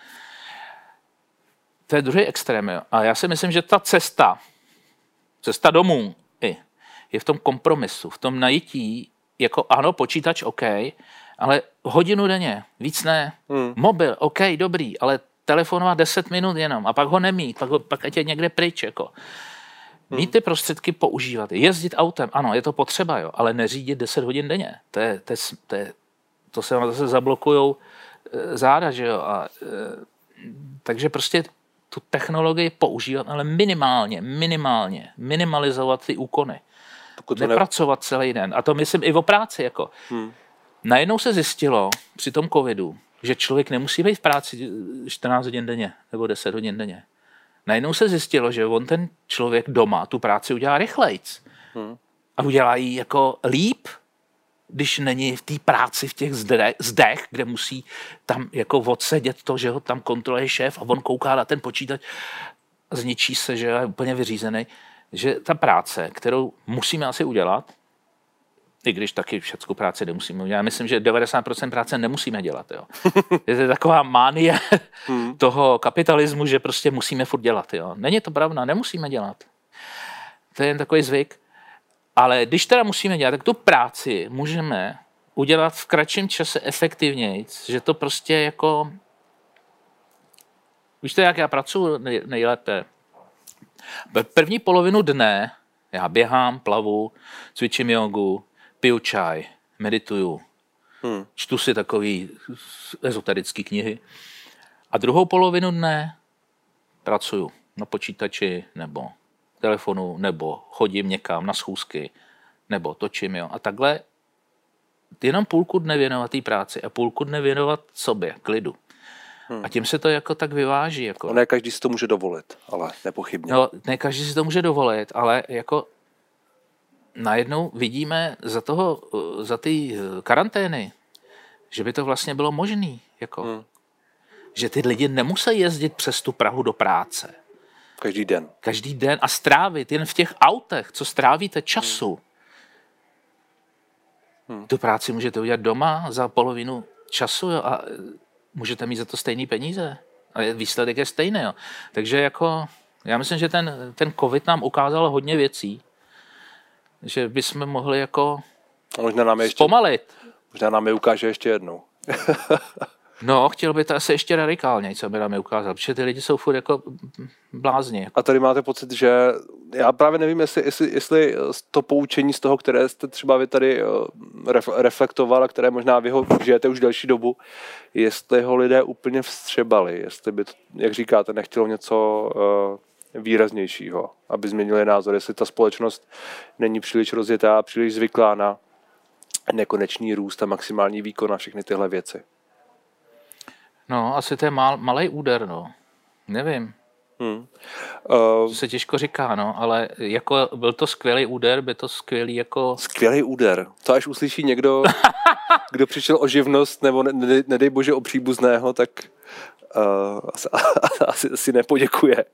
To je druhý extrém, jo. A já si myslím, že ta cesta, cesta domů i, je v tom kompromisu, v tom najítí, jako ano, počítač, OK, ale hodinu denně, víc ne. Hmm. Mobil, OK, dobrý, ale telefonovat deset minut jenom a pak ho nemít, pak, ho, pak ať je někde pryč, jako. Hmm. Mít ty prostředky používat, jezdit autem, ano, je to potřeba, jo, ale neřídit deset hodin denně. To, je, to, je, to, je, to se vám zase zablokujou e, záda, že jo. A, e, takže prostě tu technologii používat, ale minimálně, minimálně, minimalizovat ty úkony. Nepracovat ne... celý den. A to myslím i o práci. Jako. Hmm. Najednou se zjistilo při tom covidu, že člověk nemusí být v práci čtrnáct hodin denně nebo deset hodin denně. Najednou se zjistilo, že on ten člověk doma tu práci udělá rychlejc. Hmm. A udělá ji jako líp, když není v té práci v těch zdech, kde musí tam jako odsedět to, že ho tam kontroluje šéf a on kouká na ten počítač a zničí se, že je úplně vyřízený. Že ta práce, kterou musíme asi udělat, i když taky všeckou práci nemusíme udělat, já myslím, že devadesát procent práce nemusíme dělat. Jo. Je to taková mánie hmm. toho kapitalismu, že prostě musíme furt dělat. Jo. Není to pravda, nemusíme dělat. To je jen takový zvyk. Ale když teda musíme dělat, tak tu práci můžeme udělat v kratším čase efektivněji, že to prostě jako... Víš to, jak já pracuji nej, nejlépe? První polovinu dne já běhám, plavu, cvičím jogu, piju čaj, medituju, hmm. čtu si takový ezoterický knihy. A druhou polovinu dne pracuju na počítači nebo telefonu, nebo chodím někam na schůzky, nebo točím, jo. A takhle jenom půlku dne věnovat té práci a půlku dne věnovat sobě, klidu. Hmm. A tím se to jako tak vyváží. Jako. No ne každý si to může dovolit, ale nepochybně. No, ne každý si to může dovolit, ale jako najednou vidíme za toho, za ty karantény, že by to vlastně bylo možné. Jako. Hmm. Že ty lidi nemusí jezdit přes tu Prahu do práce. Každý den. Každý den a strávit jen v těch autech, co strávíte času. Hmm. Tu práci můžete udělat doma za polovinu času, jo, a můžete mít za to stejný peníze. A výsledek je stejný. Jo. Takže jako, já myslím, že ten, ten covid nám ukázal hodně věcí, že bychom mohli jako možná nám je zpomalit. Ještě, možná nám je ukáže ještě jednou. No, chtěl by to asi ještě radikálně, co by nám je ukázal, protože ty lidi jsou furt jako blázni. A tady máte pocit, že já právě nevím, jestli, jestli, jestli to poučení z toho, které jste třeba vy tady reflektoval a které možná vy ho žijete už delší dobu, jestli ho lidé úplně vstřebali, jestli by, to, jak říkáte, nechtělo něco výraznějšího, aby změnili názor, jestli ta společnost není příliš rozjetá, příliš zvyklá na nekonečný růst a maximální výkon a všechny tyhle věci. No, asi to je mal, malej úder, no. Nevím. Hmm. Uh, to se těžko říká, no, ale jako byl to skvělý úder, by to skvělý jako... Skvělý úder. To až uslyší někdo, kdo přišel o živnost, nebo ne, ne, nedej bože o příbuzného, tak uh, asi, asi, asi nepoděkuje.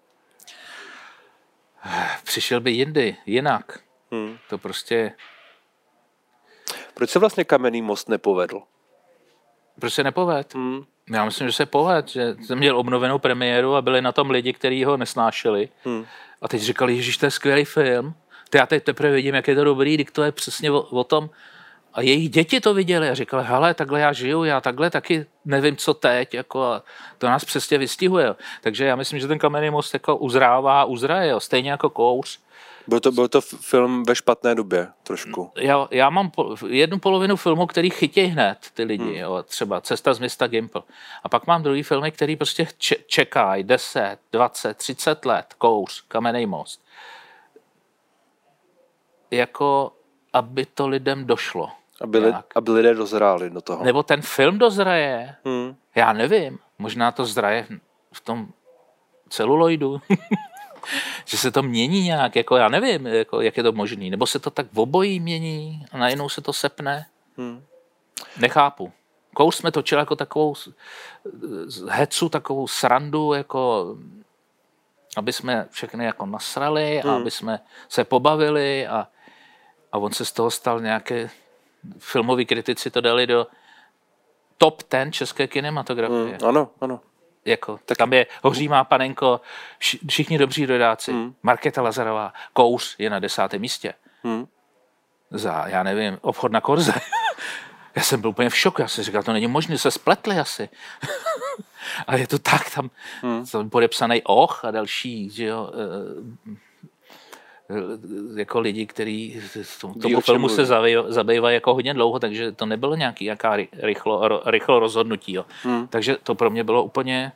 Přišel by jindy, jinak. Hmm. To prostě... Proč se vlastně Kamenný most nepovedl? Proč se nepovedl? Hmm. Já myslím, že se povedl, že jsem měl obnovenou premiéru a byli na tom lidi, kteří ho nesnášeli. Hmm. A teď říkali, ježiš, to je skvělý film. To já teď teprve vidím, jak je to dobrý, když to je přesně o, o tom. A jejich děti to viděli a říkali, hele, takhle já žiju, já takhle taky nevím, co teď. Jako, a to nás přesně vystihuje. Takže já myslím, že ten Kamenný most jako uzrává a uzraje, jo. Stejně jako kouř. Byl to, byl to film ve špatné době trošku. Já, já mám po, jednu polovinu filmu, který chytějí hned ty lidi, hmm. jo, třeba Cesta z města Gimple. A pak mám druhý filmy, který prostě čekají deset, dvacet, třicet let, Kouř, Kamenný most. Jako, aby to lidem došlo. Aby, li, aby lidé dozráli do toho. Nebo ten film dozraje. Hmm. Já nevím. Možná to zraje v tom celuloidu. Že se to mění nějak, jako já nevím, jako, jak je to možný. Nebo se to tak v obojí mění a najednou se to sepne. Hmm. Nechápu. Kouř jsme točili jako takovou hecu, takovou srandu, jako aby jsme všechny jako nasrali a hmm. aby jsme se pobavili a, a on se z toho stal nějaké, filmoví kritici to dali do top ten české kinematografie. Hmm. Ano, ano. Jako, tam je Hoří má panenko, všichni dobří rodáci, hmm. Markéta Lazarová, Kouř je na desátém místě. Hmm. Za, já nevím, Obchod na Korze. Já jsem byl úplně v šoku, já jsem říkal, to není možné, se spletli asi. A je to tak, tam, hmm. tam podepsaný Och a další, že jo, jako lidi, kteří tomu filmu se zabývají jako hodně dlouho, takže to nebylo nějaký jaká rychlo, rychlo rozhodnutí. Jo. Hmm. Takže to pro mě bylo úplně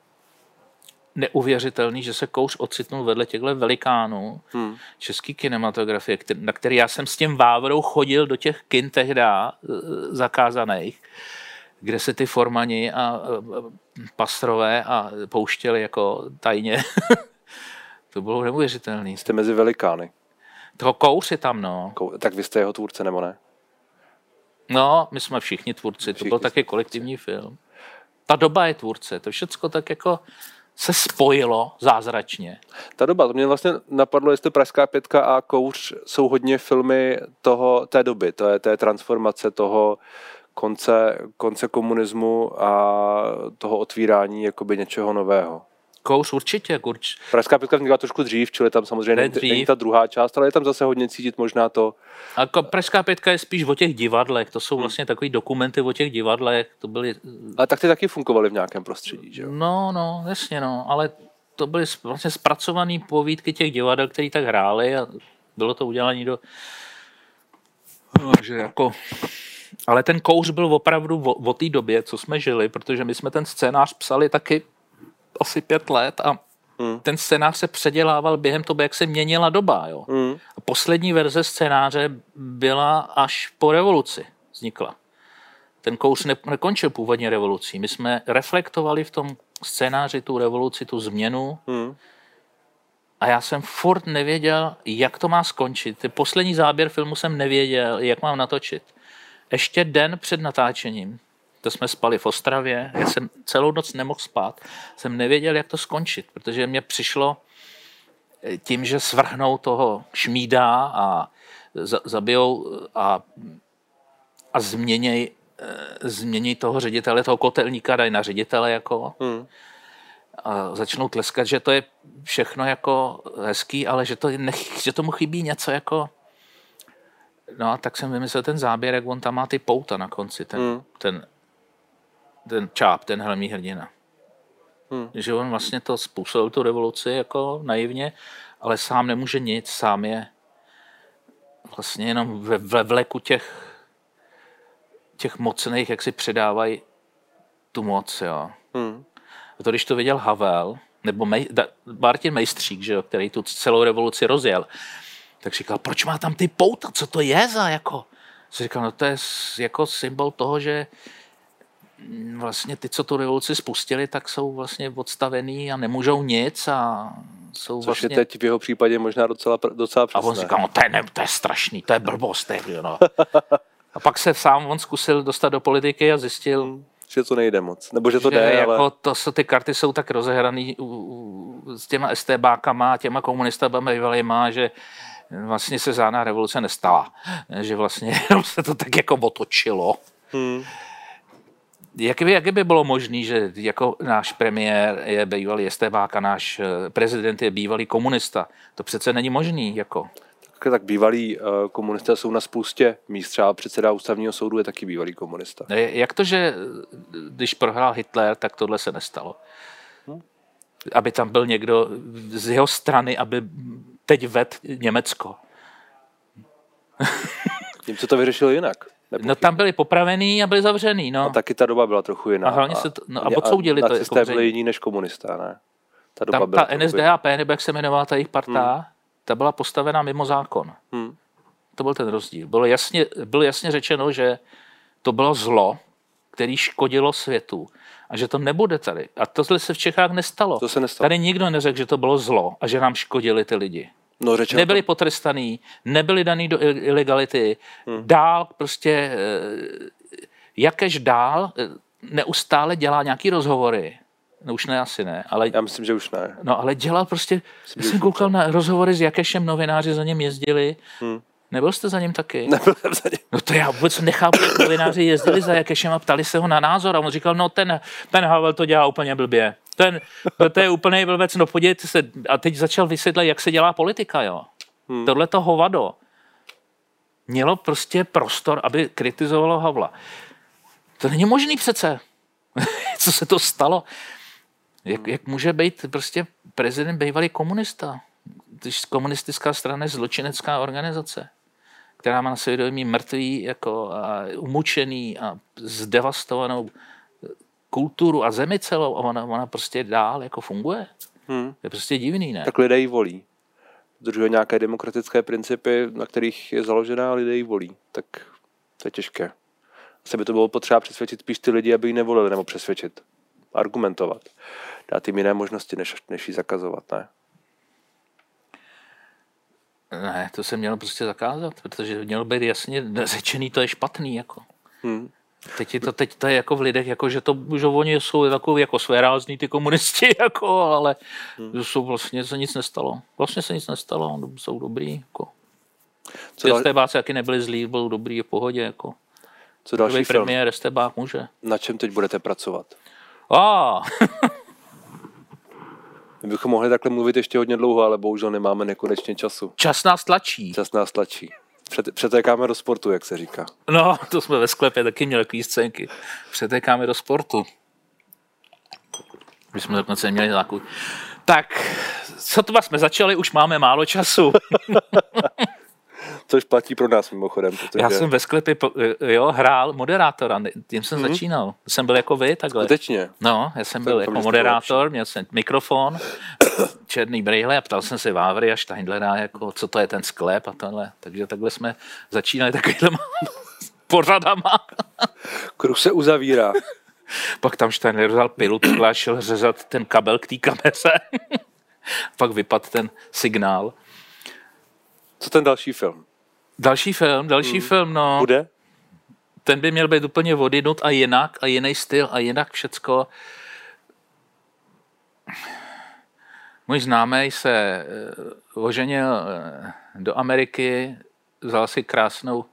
neuvěřitelný, že se Kouř ocitnul vedle těchto velikánů hmm. český kinematografie, který, na který já jsem s tím Vávrou chodil do těch kin tehda zakázaných, kde se ty Formani a, a Pastrové a pouštěli jako tajně. To bylo neuvěřitelný. Jste mezi velikány. Toho Kouř je tam, no. Kou, tak vy jste jeho tvůrce, nebo ne? No, my jsme všichni tvůrci. Všichni to byl taky kolektivní film. Ta doba je tvůrce. To všecko tak jako se spojilo zázračně. Ta doba, to mě vlastně napadlo, jestli Pražská pětka a Kouř jsou hodně filmy toho, té doby, to je té transformace toho konce, konce komunismu a toho otvírání jakoby něčeho nového. Kouř určitě. Kurč. Pražská pětka vznikla trošku dřív, čili tam samozřejmě není, není ta druhá část, ale je tam zase hodně cítit možná to. A Pražská pětka je spíš o těch divadlech, to jsou vlastně takový dokumenty o těch divadlech. To byly... Ale tak ty taky funkovaly v nějakém prostředí, že jo? No, no, jasně, no, ale to byly vlastně zpracované povídky těch divadel, který tak hráli a bylo to udělané do... No, že jako... Ale ten Kouř byl opravdu o, o té době, co jsme žili, protože my jsme ten scénář psali taky asi pět let a hmm. ten scénář se předělával během toho, jak se měnila doba. Jo. Hmm. A poslední verze scénáře byla až po revoluci vznikla. Ten Kouř ne, nekončil původně revolucí. My jsme reflektovali v tom scénáři tu revoluci, tu změnu hmm. a já jsem furt nevěděl, jak to má skončit. Ten poslední záběr filmu jsem nevěděl, jak mám natočit. Ještě den před natáčením, to jsme spali v Ostravě, já jsem celou noc nemohl spát, jsem nevěděl, jak to skončit, protože mě přišlo tím, že svrhnou toho Šmída a zabijou a, a změněj, změní toho ředitele, toho kotelníka, dají na ředitele jako hmm. a začnou tleskat, že to je všechno jako hezký, ale že, to nech, že tomu chybí něco jako. No a tak jsem vymyslel ten záběr, jak on tam má ty pouta na konci, ten, hmm. ten, ten čáp, ten hlavní hrdina. Hmm. Že on vlastně to způsobil, tu revoluci jako naivně, ale sám nemůže nic, sám je vlastně jenom ve, ve vleku těch, těch mocných, jak si předávají tu moc. Jo. Hmm. A to, když to viděl Havel, nebo Mej, da, Martin Mejstřík, že jo, který tu celou revoluci rozjel, tak říkal, proč má tam ty pouta, co to je za jako? Jsem říkal, no to je jako symbol toho, že vlastně ty, co tu revoluci spustili, tak jsou vlastně odstavený a nemůžou nic a jsou Což vlastně... je teď v jeho případě možná docela, docela přesné. A on říkal, no to je, ne, to je strašný, to je blbost. No. A pak se sám on zkusil dostat do politiky a zjistil, hmm, že to nejde moc, nebo že to že jde, jako ale... To, jsou, ty karty jsou tak rozehraný u, u, s těma estébákama a těma komunistama bývalýma, že vlastně se žádná revoluce nestala. Že vlastně se to tak jako otočilo. Hmm. Jak by, jak by bylo možné, že jako náš premiér je bývalý estébák a náš prezident je bývalý komunista? To přece není možný. Jako. Tak, tak bývalí uh, komunisté jsou na spoustě míst. Třeba předseda ústavního soudu je taky bývalý komunista. Jak to, že když prohrál Hitler, tak tohle se nestalo? Hmm. Aby tam byl někdo z jeho strany, aby teď ved Německo. Němci to vyřešili jinak. Nepochyb. No tam byli popravený a byli zavřený, no. A taky ta doba byla trochu jiná. A hlavně se to, no, a odsoudili a to. Nacisté byli jiní než komunisté, ne? Ta, doba tam, ta N S D A P, nebo jak se jmenovala ta jejich partá, hmm. ta byla postavená mimo zákon. Hmm. To byl ten rozdíl. Bylo jasně, bylo jasně řečeno, že to bylo zlo, který škodilo světu a že to nebude tady. A tohle se v Čechách nestalo. To se nestalo. Tady nikdo neřekl, že to bylo zlo a že nám škodili ty lidi. No, nebyli to... potrestaný, nebyli daný do ilegality. Hmm. Dál prostě, jakéž dál neustále dělá nějaký rozhovory. No už ne, asi ne. Ale, já myslím, že už ne. No ale dělal prostě, myslím, já jsem koukal ne. na rozhovory s Jakešem, novináři za ním jezdili. Hmm. Nebyl jste za ním taky? Nebyl jsem za ním. No to já vůbec nechápu, jak novináři jezdili za Jakešem a ptali se ho na názor a on říkal, no ten, ten Havel to dělá úplně blbě. Ten, to je úplný blbec, no podívejte se. A teď začal vysvětlit, jak se dělá politika, jo. Hmm. Tohle to hovado mělo prostě prostor, aby kritizovalo Havla. To není možný přece. Co se to stalo? Jak, jak může být prostě prezident bývalý komunista, když komunistická strana je zločinecká organizace, která má na svědomí mrtvý, jako a umučený a zdevastovanou kulturu a zemi celou a ona, ona prostě dál jako funguje. Hmm. Je prostě divný, ne? Tak lidé ji volí. Dodržuje nějaké demokratické principy, na kterých je založená, a lidé ji volí. Tak to je těžké. Asi by to bylo potřeba přesvědčit spíš ty lidi, aby ji nevolili, nebo přesvědčit. Argumentovat. Dát jim jiné možnosti, než, než ji zakazovat, ne? Ne, to se mělo prostě zakázat, protože mělo být jasně řečený, to je špatný, jako. Hmm. Teď, je to, teď to je jako v lidech, jako, že, to, že oni jsou takový jako svérázní ty komunisti, jako, ale hmm. jsou vlastně se nic nestalo. Vlastně se nic nestalo, jsou dobrý. Jako. Co dal... Estebáci jaký nebyli zlí, byl dobrý v pohodě. Jako. Co další film? Premiér Estebák může. Na čem teď budete pracovat? Ah. My bychom mohli takhle mluvit ještě hodně dlouho, ale bohužel nemáme nekonečně času. Čas nás tlačí. Čas nás tlačí. Přet, přetékáme do sportu, jak se říká. No, to jsme ve sklepě taky měli takový scénky. Přetékáme do sportu. My jsme dokonce měli takový. Tak, co to jsme začali, už máme málo času. Což platí pro nás mimochodem. Protože... Já jsem ve sklepě jo, hrál moderátora, tím jsem mm-hmm. začínal. Jsem byl jako vy, takhle. Skutečně? No, já jsem byl to jako moderátor, měl jsem mikrofon, černý brejle a ptal jsem se Vávry a Steindlera, jako, co to je ten sklep a tohle. Takže takhle jsme začínali takovýhle pořadama. Kruh se uzavírá. Pak tam Steindler vzal pilu, a šel řezat ten kabel k té kameře. Pak vypadl ten signál. Co ten další film? Další film, další hmm. film, no. Bude? Ten by měl být úplně odinut a jinak, a jiný styl a jinak všecko. Můj známý se oženil do Ameriky, vzal si krásnou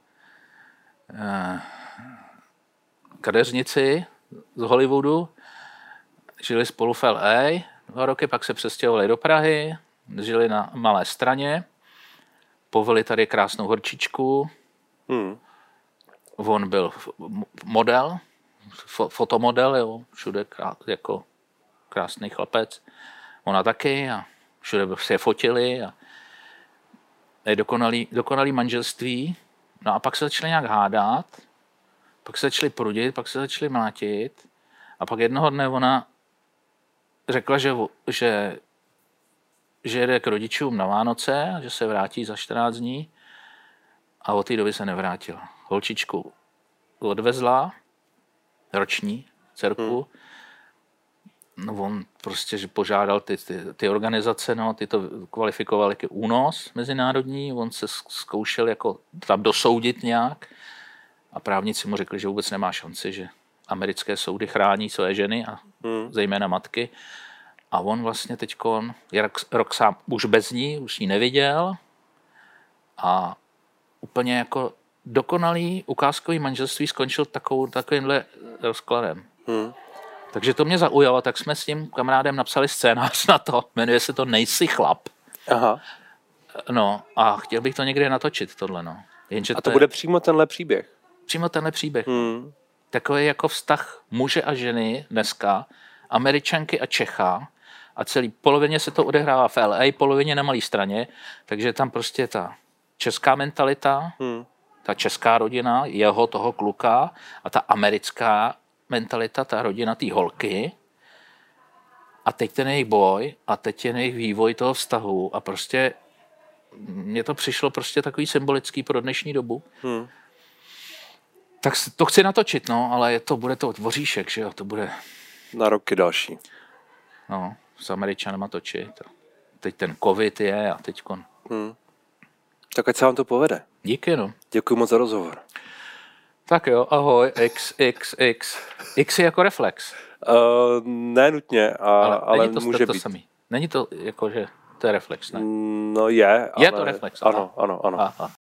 kadeřnici z Hollywoodu, žili spolu v L A dva roky, pak se přestěhovali do Prahy, žili na Malé Straně, poveli tady krásnou horčičku. Hmm. On byl model, fotomodel, jo, všude krás, jako krásný chlapec. Ona taky a všude se fotili a je dokonalý, dokonalý manželství. No a pak se začali nějak hádat, pak se začali prudit, pak se začali mlátit a pak jednoho dne ona řekla, že, že, že jede k rodičům na Vánoce a že se vrátí za čtrnáct dní a od té doby se nevrátila. Holčičku odvezla, roční dcerku, hmm. no on prostě že požádal ty, ty, ty organizace, no, ty to kvalifikoval jako únos mezinárodní, on se zkoušel jako tam dosoudit nějak a právníci mu řekli, že vůbec nemá šanci, že americké soudy chrání své ženy a hmm. zejména matky a on vlastně teďkon je rok, rok sám už bez ní, už ji neviděl a úplně jako dokonalý ukázkový manželství skončil takovou, takovýmhle rozkladem. Hmm. Takže to mě zaujalo, tak jsme s tím kamarádem napsali scénář na to, jmenuje se to Nejsi chlap. Aha. No a chtěl bych to někde natočit, tohle, no. Jenže a to, to bude je... přímo tenhle příběh? Přímo tenhle příběh. Hmm. Takový jako vztah muže a ženy dneska, Američanky a Čecha, a celý polovině se to odehrává v L A, polovině na malé straně, takže tam prostě ta česká mentalita, hmm. ta česká rodina, jeho toho kluka a ta americká mentalita, ta rodina té holky a teď ten jejich boj a teď ten jejich vývoj toho vztahu a prostě mně to přišlo prostě takový symbolický pro dnešní dobu. Hmm. Tak to chci natočit, no, ale je to, bude to voříšek, že jo, to bude... Na roky další. No, s Američanama točit. Teď ten covid je a teďkon. Hmm. Tak ať se vám to povede. Díky, no. Děkuji moc za rozhovor. Tak jo, ahoj, X, X, X. X je jako reflex. Uh, ne nutně, a, ale, ale ale to může to být. Samý. Není to jako, že to je reflex, ne? No je, Je ale... to reflex. Ano, ano, ano. Aha.